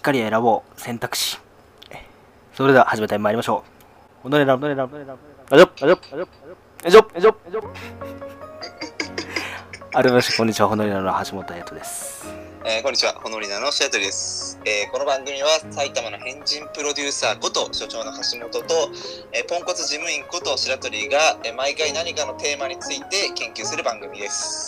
かり選ぼう選択肢。それでは始めてまいりましょう。改めましてこんにちは、ホノリナの橋本彩斗です。 こんにちは、ホノリナの白鳥です。この番組は埼玉の変人プロデューサーこと所長の橋本と、ポンコツ事務員こと白鳥が、毎回何かのテーマについて研究する番組です。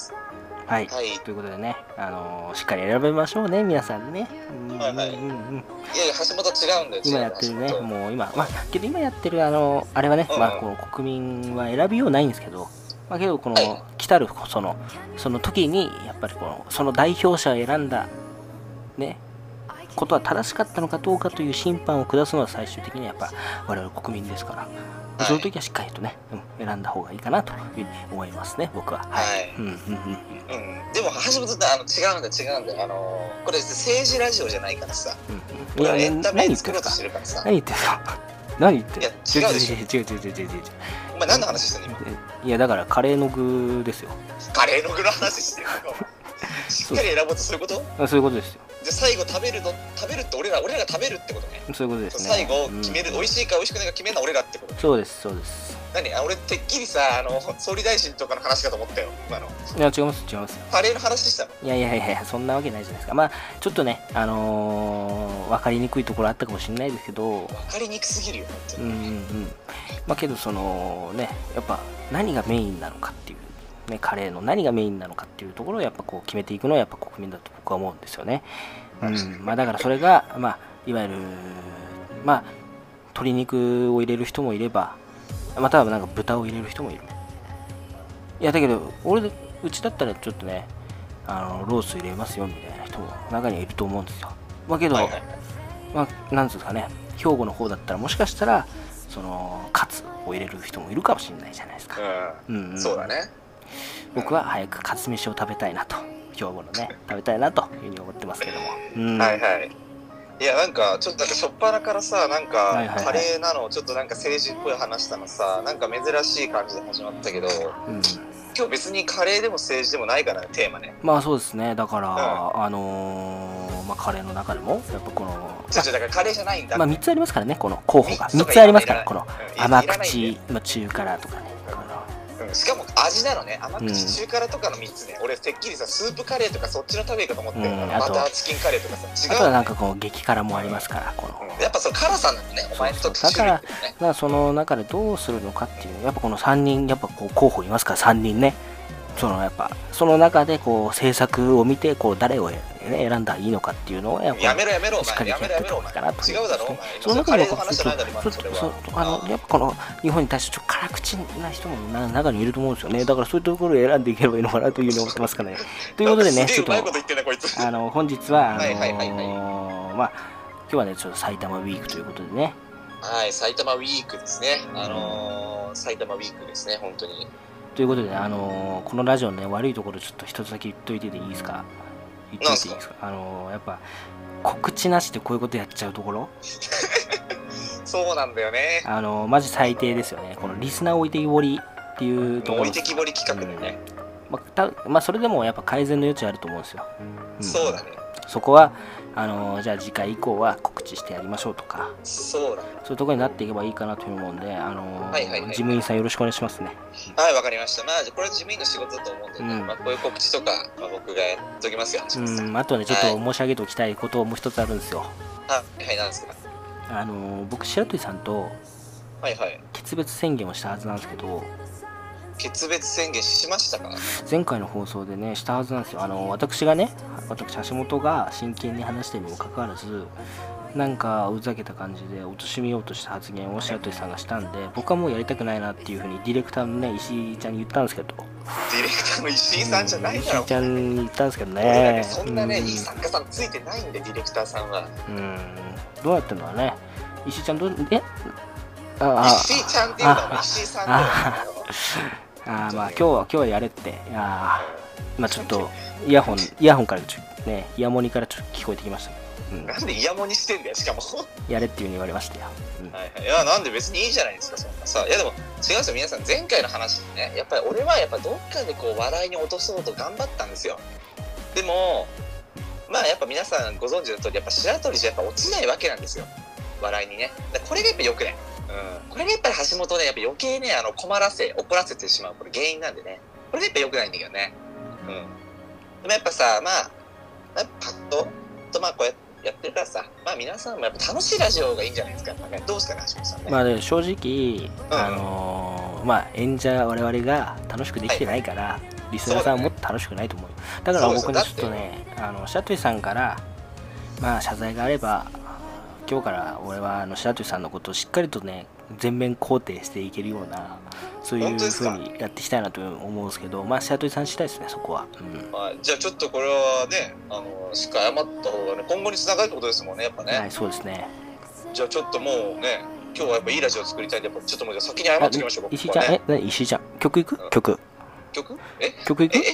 はい、ということでね、しっかり選べましょうね、皆さんね。 いやいや、橋本違うんだよ。 今やってるね、もう今、けど今やってるあれはね、この国民は選びようないんですけど、けどこの、来たるその時にやっぱりその代表者を選んだねことは正しかったのかどうかという審判を下すのは最終的にやっぱ我々国民ですから。その時はしっかりとね、選んだ方がいいかなというふうに思いますね、僕は。 でも橋本って違うんだよ。これ政治ラジオじゃないからさ。 いや、 エンタメ作ろうとしてるからさ。 何言ってんすか。何言ってんの。 いや、違うでしょ。違う。お前何の話してんの今。 いや、だからカレーの具ですよ。 カレーの具の話してるのか。しっかり選ぼうとそういうこと？ そういうことですよ。 で最後食べるって俺らが食べるってことね。 そういうことですね。 最後決める、美味しいか美味しくないか決めるのは俺らってこと。 そうです。 俺てっきりさ総理大臣とかの話かと思ったよ今の。 いや違います。 カレーの話したの？ いやそんなわけないじゃないですか。ちょっとね分かりにくいところあったかもしれないですけど。 分かりにくすぎるよけどねやっぱ何がメインなのかっていう。ね、カレーの何がメインなのかっていうところをやっぱこう決めていくのはやっぱ国民だと僕は思うんですよね。だからそれがいわゆる鶏肉を入れる人もいればまたはなんか豚を入れる人もいる。いやだけどうちだったらちょっとねロース入れますよみたいな人も中にはいると思うんですよ。けどなんですかね、兵庫の方だったらもしかしたらカツを入れる人もいるかもしれないじゃないですか。 そうだね。 僕は早くカツ飯を食べたいなと、兵庫のね食べたいなというふうに思ってますけども。 いやなんかちょっとしょっぱなからさなんかカレーなのちょっとなんか政治っぽい話したのさなんか珍しい感じで始まったけど、今日別にカレーでも政治でもないからねテーマね。 そうですね。だからカレーの中でもやっぱこのだからカレーじゃないんだ。 3つありますからね、この候補が3つありますから、この甘口中辛とかね。 しかも味なのね、甘口中辛とかの3つね。俺てっきりさスープカレーとかそっちの食べかと思って、バターチキンカレーとかさ違う。 あとはなんかこう激辛もありますから、 やっぱその辛さなのね、お前とだからその中でどうするのかっていうやっぱこの3人やっぱこう候補いますから3人ね。やっぱその中でこう政策を見てこう誰を選んだらいいのかっていうのをやめろしっかりやってった方がいいかなと。 違うだろお前。 その中でやっぱこの日本に対して辛口な人も中にいると思うんですよね。だからそういうところを選んでいければいいのかなというふうに思ってますからね。ということでね、ちょっと本日は今日はねちょっと埼玉ウィークということでね。 はい、埼玉ウィークですね。埼玉ウィークですね、本当に。 ということで、このラジオのね、悪いところちょっと一つだけ言っといていいですか？やっぱ、告知なしでこういうことやっちゃうところそうなんだよね。 マジ最低ですよね。このリスナー置いてきぼりっていうところ。 置いてきぼり企画でね。 それでもやっぱ改善の余地あると思うんですよ。 そうだね。 そこは、じゃあ次回以降は告知してやりましょうとか、 そういうところになっていけばいいかなという思うんで、事務員さんよろしくお願いしますね。 はい、わかりました。これは事務員の仕事だと思うんでね、こういう告知とか、僕がやっときますよ。 あとね、ちょっと申し上げておきたいこともう一つあるんですよ。 はい、なんですか？ 僕、白鳥さんと決別宣言をしたはずなんですけど、 決別宣言しましたか？ 前回の放送でねしたはずなんですよ。私橋本が真剣に話しているにもかかわらずなんかうざけた感じで貶めようとした発言を白鳥さんがしたんで、僕はもうやりたくないなっていうふうにディレクターのね石井ちゃんに言ったんですけど、 ディレクターの石井さんじゃないだろ。 石井ちゃんに言ったんですけどね。 そんなねいい作家さんついてないんで、ディレクターさんは。 どうやってんのはね。石井ちゃん石井ちゃんっていうのは石井さんだよ。 今日はやれって。ちょっとイヤホンからね、イヤモニからちょっと聞こえてきました。 なんでイヤモニしてんだよ、しかも。 やれっていう風に言われましたよ。 いや、なんで別にいいじゃないですか、そんなさ。いやでも違うんですよ、皆さん、前回の話でね、やっぱり俺はどっかでこう笑いに落とそうと頑張ったんですよ。でもまあやっぱ皆さんご存知の通り、やっぱ白鳥じゃやっぱ落ちないわけなんですよ、笑いにね。これがやっぱ良くない、これがやっぱり橋本ね、やっぱ余計ね困らせ怒らせてしまうこれ原因なんでね、これがやっぱ良くないんだけどね。でもやっぱさ、まあパッとまあこうやってるからさ、まあ皆さんもやっぱ楽しいラジオがいいんじゃないですか、やっぱね。どうですかね、橋本さんね。 まあでも正直、まあ演者我々が楽しくできてないから、リスナーさんはもっと楽しくないと思うよ。だから僕ねちょっとね、白鳥さんからまあ謝罪があれば、今日から俺は白鳥さんのことをしっかりとね全面肯定していけるような、そういう風にやっていきたいなと思うんですけど、まあ白鳥さん次第ですね、そこは。 じゃあちょっとこれはね、しっかり謝った方がね、今後につながるってことですもんね、やっぱね。 はい、そうですね。 じゃあちょっともうね、今日はやっぱいいラジオを作りたいんで、やっぱちょっともうじゃあ先に謝っておきましょう。 石井ちゃん、何石井ちゃん、曲いく？曲いく？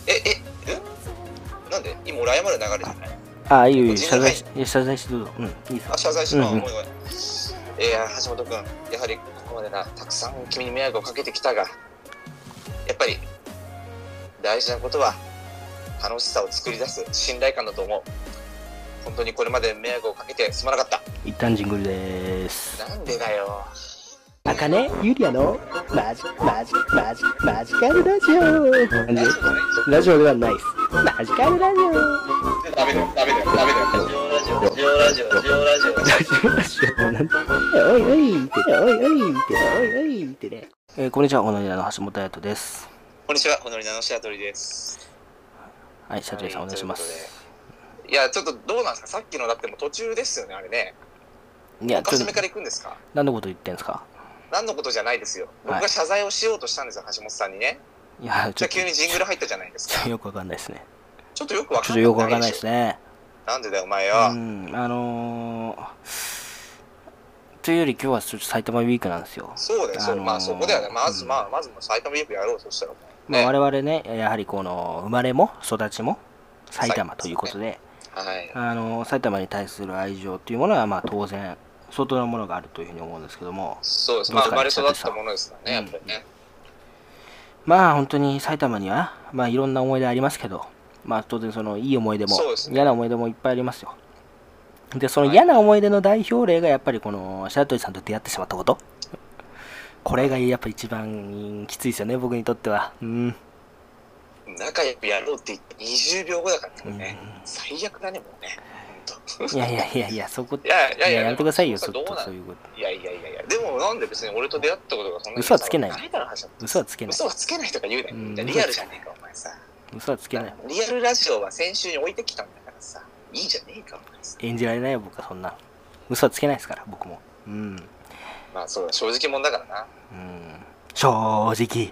なんで今俺謝る流れじゃない？ いいよ、謝罪してどうぞ。いいです。 謝罪しよう。橋本君、やはりここまでな、たくさん君に迷惑をかけてきたが、やっぱり大事なことは楽しさを作り出す信頼感だと思う。本当にこれまで迷惑をかけてすまなかった。 一旦ジングルでーす。 なんでだよ。 あかねゆりやのマジカルラジオ。ラジオではないです。マジカルラジオ。 ダメだよ。ラジオラジオ。 なんて。おいってね。こんにちは、ホノリナの橋本彩斗です。 こんにちは、ホノリナの白鳥です。 はい、白鳥さんお願いします。 いや、ちょっとどうなんですか、さっきのだってもう途中ですよね、あれね。いや、初めから行くんですか？ 何のこと言ってんですか？ 何のことじゃないですよ。僕が謝罪をしようとしたんですよ、橋本さんにね。いや、じゃあ急にジングル入ったじゃないですか。 よくわかんないですね。 ちょっとよくわかんないですね。なんでだよ、お前よ。 というより今日はちょっと埼玉ウィークなんですよ。 そうですよ。まあそこではね、まず埼玉ウィークやろうとしたら。 まあ我々ね、やはりこの生まれも育ちも埼玉ということで、埼玉に対する愛情というものはまあ当然相当なものがあるというふうに思うんですけども。 そうです。まあ生まれ育ったものですからね、やっぱりね。 まあ本当に埼玉にはまあいろんな思い出ありますけど、まあ当然そのいい思い出も嫌な思い出もいっぱいありますよ。でその嫌な思い出の代表例がやっぱりこの白鳥さんと出会ってしまったこと、これがやっぱ一番きついですよね、僕にとっては。 仲良くやろうって言って20秒後だからね、最悪だね、もうね。 いや、そこやめてくださいよ、ちょっとそういうこと。 いや、でもなんで別に俺と出会ったことがそんなに嘘はつけない。嘘はつけないとか言うね。リアルじゃねえか、お前さ。 嘘はつけない。 リアルラジオは先週に置いてきたんだからさ、いいじゃねえか、お前さ。 演じられないよ、僕はそんな。嘘はつけないですから、僕も。 まあそうだ、正直者だからな。 正直。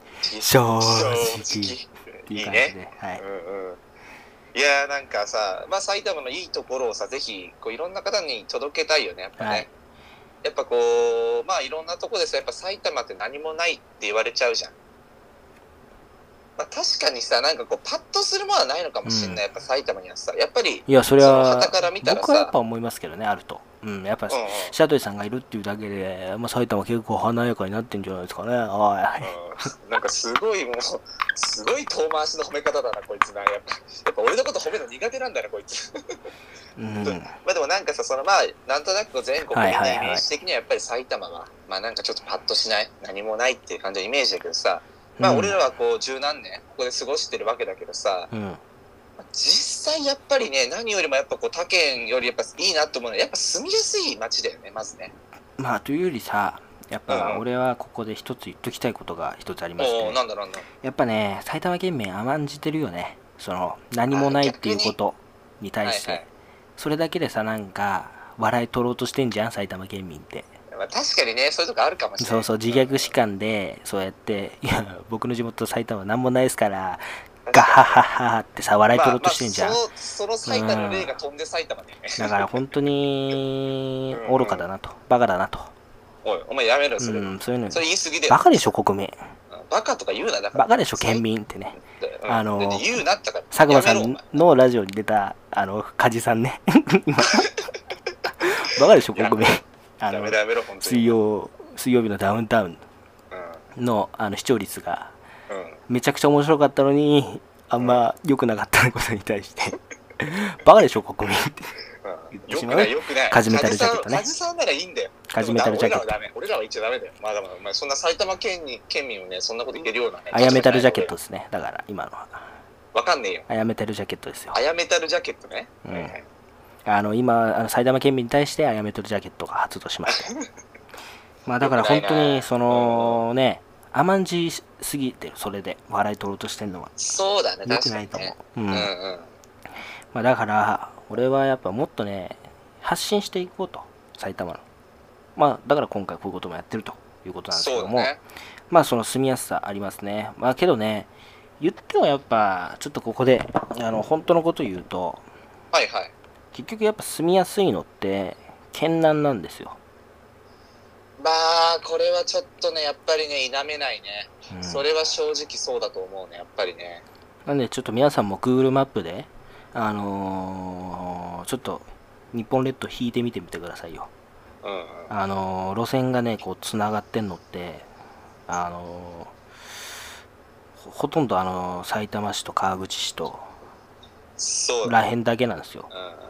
いいね。いやなんかさ、まあ埼玉のいいところをさ、ぜひこういろんな方に届けたいよね、やっぱね。やっぱこう、まあいろんなとこでさ、やっぱ埼玉って何もないって言われちゃうじゃん。まあ確かにさ、なんかこうパッとするものはないのかもしれない、やっぱ埼玉にはさ、やっぱり、 いや、それは、 僕はやっぱ思いますけどね、あると。やっぱ白鳥さんがいるっていうだけで、まあ、埼玉結構華やかになってんじゃないですかね。 なんかすごい遠回しの褒め方だな、こいつな。やっぱ俺のこと褒めるの苦手なんだな、こいつ。まあでもなんかさ、なんとなく全国民のイメージ的にはやっぱり埼玉は、まあなんかちょっとパッとしない、何もないっていう感じのイメージだけどさ、まあ俺らはこう十何年ここで過ごしてるわけだけどさ、実際やっぱりね、何よりもやっぱこう他県よりやっぱいいなと思うのはやっぱ住みやすい街だよね、まずね。 まあというよりさ、やっぱ俺はここで一つ言っときたいことが一つありまして、やっぱね、埼玉県民甘んじてるよね。その何もないっていうことに対して、それだけでさ、なんか笑い取ろうとしてんじゃん、埼玉県民って。 確かにね、そういうとこあるかもしれない。 そう、自虐史観でそうやって「いや僕の地元埼玉は何もないですからガハハハ」ってさ笑い取ろうとしてんじゃん。 その埼玉の例が飛んで埼玉だよね。 だから本当に愚かだなと、バカだなと。 お前やめろよ、 そういうの。それ言い過ぎで。 バカでしょ、国民。 バカとか言うな、だから。バカでしょ、県民ってね。 言うなったから。 佐久間さんのラジオに出た梶さんね。バカでしょ、国民。水曜日のダウンタウンの視聴率がめちゃくちゃ面白かったのにあんま良くなかったことに対してバカでしょ国民って言ってよくしまう。 ないよくない。 カジメタルジャケットね。 カジさんならいいんだよ。 カジメタルジャケット。 俺らは言っちゃダメだよ。まだまだお前そんな埼玉県民をねそんなこと言えるようなね。 アヤメタルジャケットですね。だから今のは。 わかんねえよ。 アヤメタルジャケットですよ。 アヤメタルジャケットね。 今埼玉県民に対してアヤメタルジャケットが発動しまして。まあだから本当にそのね。甘んじすぎてる、それで笑い取ろうとしてるのは。 そうだね、 よくないと思う。まあだから、俺はやっぱもっとね、発信していこうと、埼玉の。まあだから今回こういうこともやってるということなんですけども、まあその住みやすさありますね。まあけどね、言ってもやっぱ、ちょっとここで、本当のこと言うと、結局やっぱ住みやすいのって、県南なんですよ。 まあこれはちょっとねやっぱりね否めないね、それは正直そうだと思うねやっぱりね。 なんでちょっと皆さんも Google マップでちょっと日本列島引いてみてみてくださいよ。路線がねこうつながってんのってほとんどさいたま市と川口市とらへんだけなんですよ、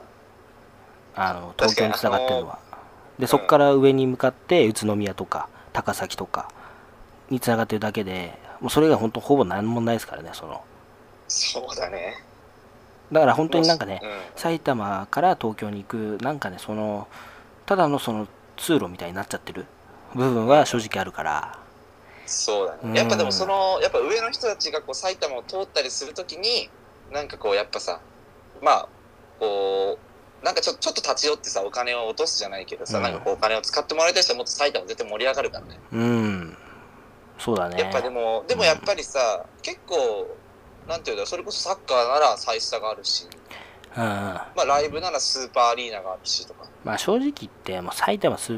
東京につながってるのは。でそこから上に向かって宇都宮とか高崎とかにつながってるだけで、もうそれが本当ほぼ何もないですからね。 そうだね。 だから本当になんかね、埼玉から東京に行くなんかねただの通路みたいになっちゃってる部分は正直あるから。 そうだね。やっぱでもやっぱ上の人たちがこう埼玉を通ったりするときになんかこうやっぱさまあこうなんかちょっと立ち寄ってさお金を落とすじゃないけどさ、なんかこうお金を使ってもらいたい人はもっと埼玉絶対盛り上がるからね。 そうだね。 やっぱでもやっぱりさ、結構なんていうんだそれこそサッカーならサイスタがあるし、まあライブならスーパーアリーナがあるしとか。 まあ正直言ってもう埼玉ス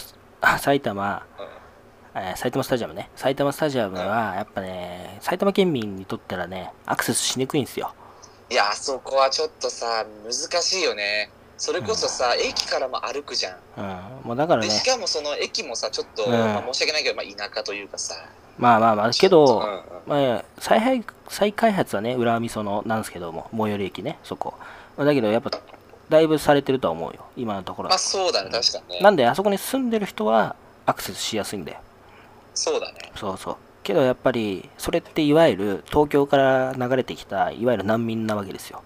タジアムね。埼玉スタジアムはやっぱね、埼玉県民にとったらねアクセスしにくいんですよ。 いやあそこはちょっとさ難しいよね。それこそさ、駅からも歩くじゃん。 もうだからね。 しかもその駅もさちょっと、まあ、申し訳ないけど、まあ、田舎というかさ。 まあけど、まあ、再開発はね浦和美園なんですけども、最寄り駅ねそこ。だけどやっぱだいぶされてるとは思うよ今のところ。 まあそうだね、確かにね。 なんであそこに住んでる人はアクセスしやすいんだよ。 そうだね。 そうけどやっぱりそれっていわゆる東京から流れてきたいわゆる難民なわけですよ。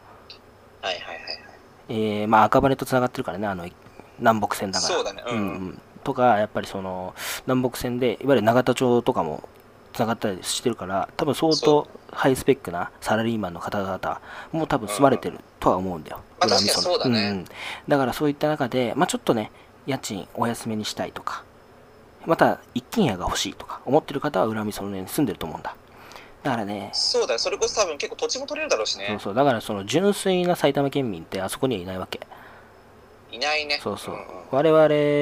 まあ赤羽とつながってるからね、南北線だから。 そうだね。 とかやっぱり南北線でいわゆる永田町とかもつながったりしてるから、多分相当ハイスペックなサラリーマンの方々も多分住まれてるとは思うんだよ。 確かにそうだね。 だからそういった中で、まあちょっとね家賃お安めにしたいとか、また一軒家が欲しいとか思ってる方は浦和美園に住んでると思うんだ。だからね、 そうだよ。それこそ多分結構土地も取れるだろうしね。 だから純粋な埼玉県民ってあそこにはいないわけ。 いないね。 我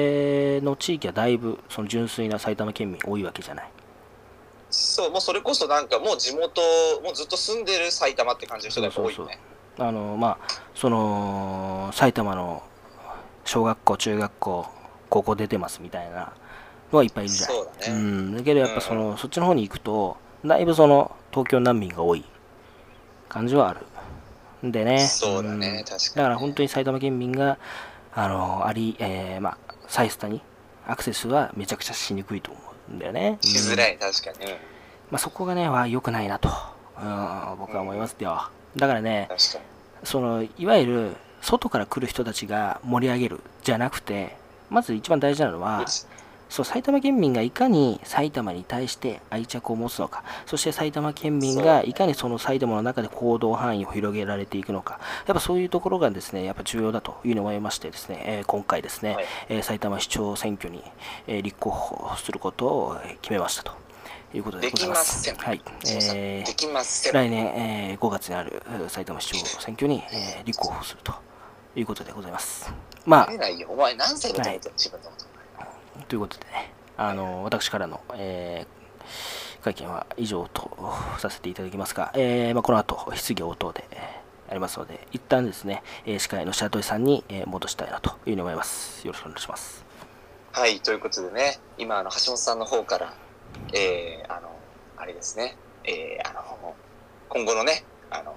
々の地域はだいぶ純粋な埼玉県民多いわけじゃない。 そう、もうそれこそなんかもう地元もうずっと住んでる埼玉って感じの人が多いよね。 まあ埼玉の小学校中学校高校出てますみたいなのはいっぱいいるじゃん。 そうだね。 だけどやっぱそっちの方に行くとだいぶ東京難民が多い感じはあるんでね。 そうだね、確かに。 だから本当に埼玉県民がまあサイスタにアクセスはめちゃくちゃしにくいと思うんだよね。 しづらい、確かに。 まあそこがね良くないなと僕は思いますよ。だからね、いわゆる外から来る人たちが盛り上げるじゃなくて、まず一番大事なのは埼玉県民がいかに埼玉に対して愛着を持つのか、そして埼玉県民がいかに埼玉の中で行動範囲を広げられていくのか、やっぱそういうところがですねやっぱ重要だというふうに思いましてですね、今回ですね、埼玉市長選挙に、立候補することを決めましたということでございます。はい。来年、5月にある埼玉市長選挙に、立候補するということでございます。まあ、 お前何歳だと思った自分のこと。 ということでね、私からの、会見は以上とさせていただきますが、まあ、この後質疑応答で、ありますので、一旦ですね、司会の白鳥さんに、戻したいなというふうに思います。よろしくお願いします。 はい、ということでね、今橋本さんの方からあれですね、今後のね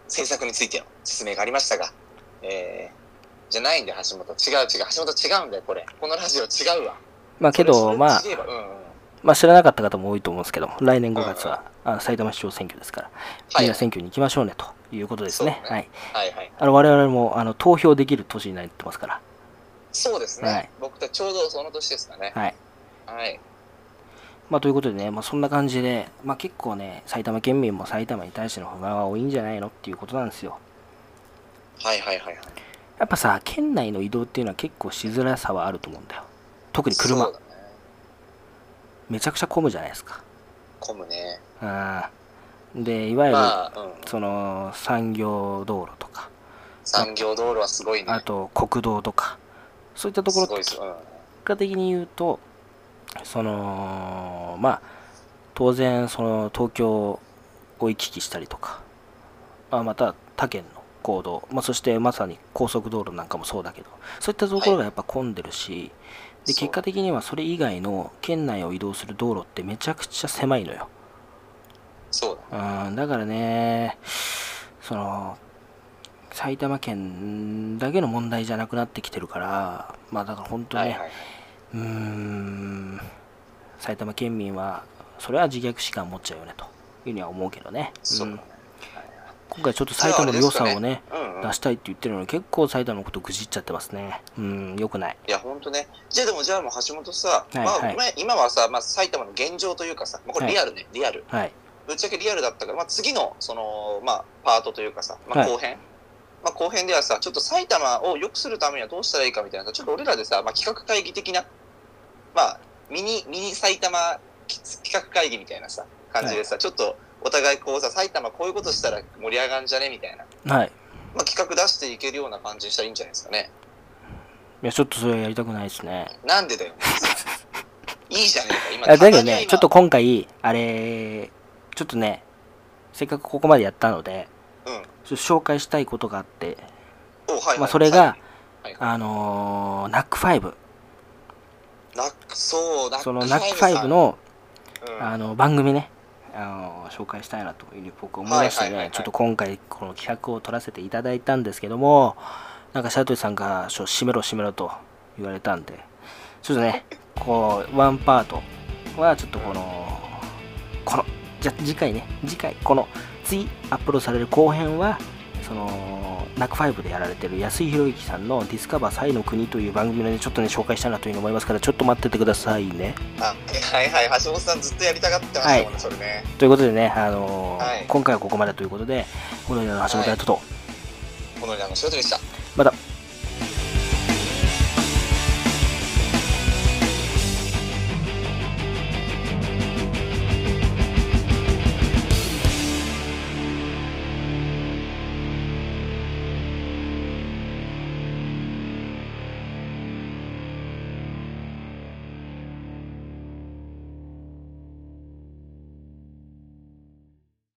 制作についての説明がありましたが、じゃないんで、橋本。違う、橋本違うんだよ、これ。このラジオ違うわ。 まあけど、まあ、 それ違えばまあ知らなかった方も多いと思うんですけども、来年5月は、埼玉市長選挙ですから、 はいみんな選挙に行きましょうねということですね。 そうねはい。 はい。 我々も投票できる年になってますから。 そうですね。 はい僕たちちょうどその年ですかね。 はい。 はい。 まあということでね、まあそんな感じで、まあ結構ね、埼玉県民も埼玉に対しての不満は多いんじゃないのっていうことなんですよ。 はい。 やっぱさ、県内の移動っていうのは結構しづらさはあると思うんだよ。特に車。 そうだね。 めちゃくちゃ混むじゃないですか。 混むね。 で、いわゆる、 まあ、 その産業道路とか、 産業道路はすごいね。 あと国道とか、そういったところって結果的に言うと、そのまあ当然その東京を行き来したりとか、また他県の公道、そしてまさに高速道路なんかもそうだけど、そういったところがやっぱ混んでるし、で結果的にはそれ以外の県内を移動する道路ってめちゃくちゃ狭いのよ。 そうだ。 だからね、その埼玉県だけの問題じゃなくなってきてるから、だから本当ね、埼玉県民はそれは自虐心持っちゃうよねというふうには思うけどね。今回ちょっと埼玉の良さをね、出したいって言ってるのに結構埼玉のことぐじっちゃってますね。よくない。 いや、ほんとね。じゃあもう橋本さ、今はさ、埼玉の現状というかさ、これリアルね、リアル。ぶっちゃけリアルだったから、次の、その、パートというかさ、後編。後編ではさ、ちょっと埼玉を良くするためにはどうしたらいいかみたいなさ、ちょっと俺らでさ、企画会議的な、ミニ埼玉企画会議みたいなさ、感じでさ、ちょっとお互いこうさ、埼玉こういうことしたら盛り上がんじゃねみたいな。企画出していけるような感じにしたらいいんじゃないですかね。 いや、ちょっとそれはやりたくないですね。 なんでだよ。いいじゃねえか、今。 だけどね、ちょっと今回、あれ、ちょっとね、せっかくここまでやったので、ちょっと紹介したいことがあって、それが、ナック5。そのナック5の、番組ね、紹介したいなというふうに僕思いましてね、ちょっと今回この企画を取らせていただいたんですけども、なんか白鳥さんが締めろと言われたんで、ちょっとね、こうワンパートはちょっとじゃ次回この次アップロードされる後編はそのナック5でやられてる安井博之さんのディスカバーサイの国という番組でちょっとね紹介したいなというふうに思いますから、ちょっと待っててくださいね。 橋本さんずっとやりたがってましたもんね、それね。 ということでね、今回はここまでということで、このような橋本やったと。 このような白鳥でした。 また。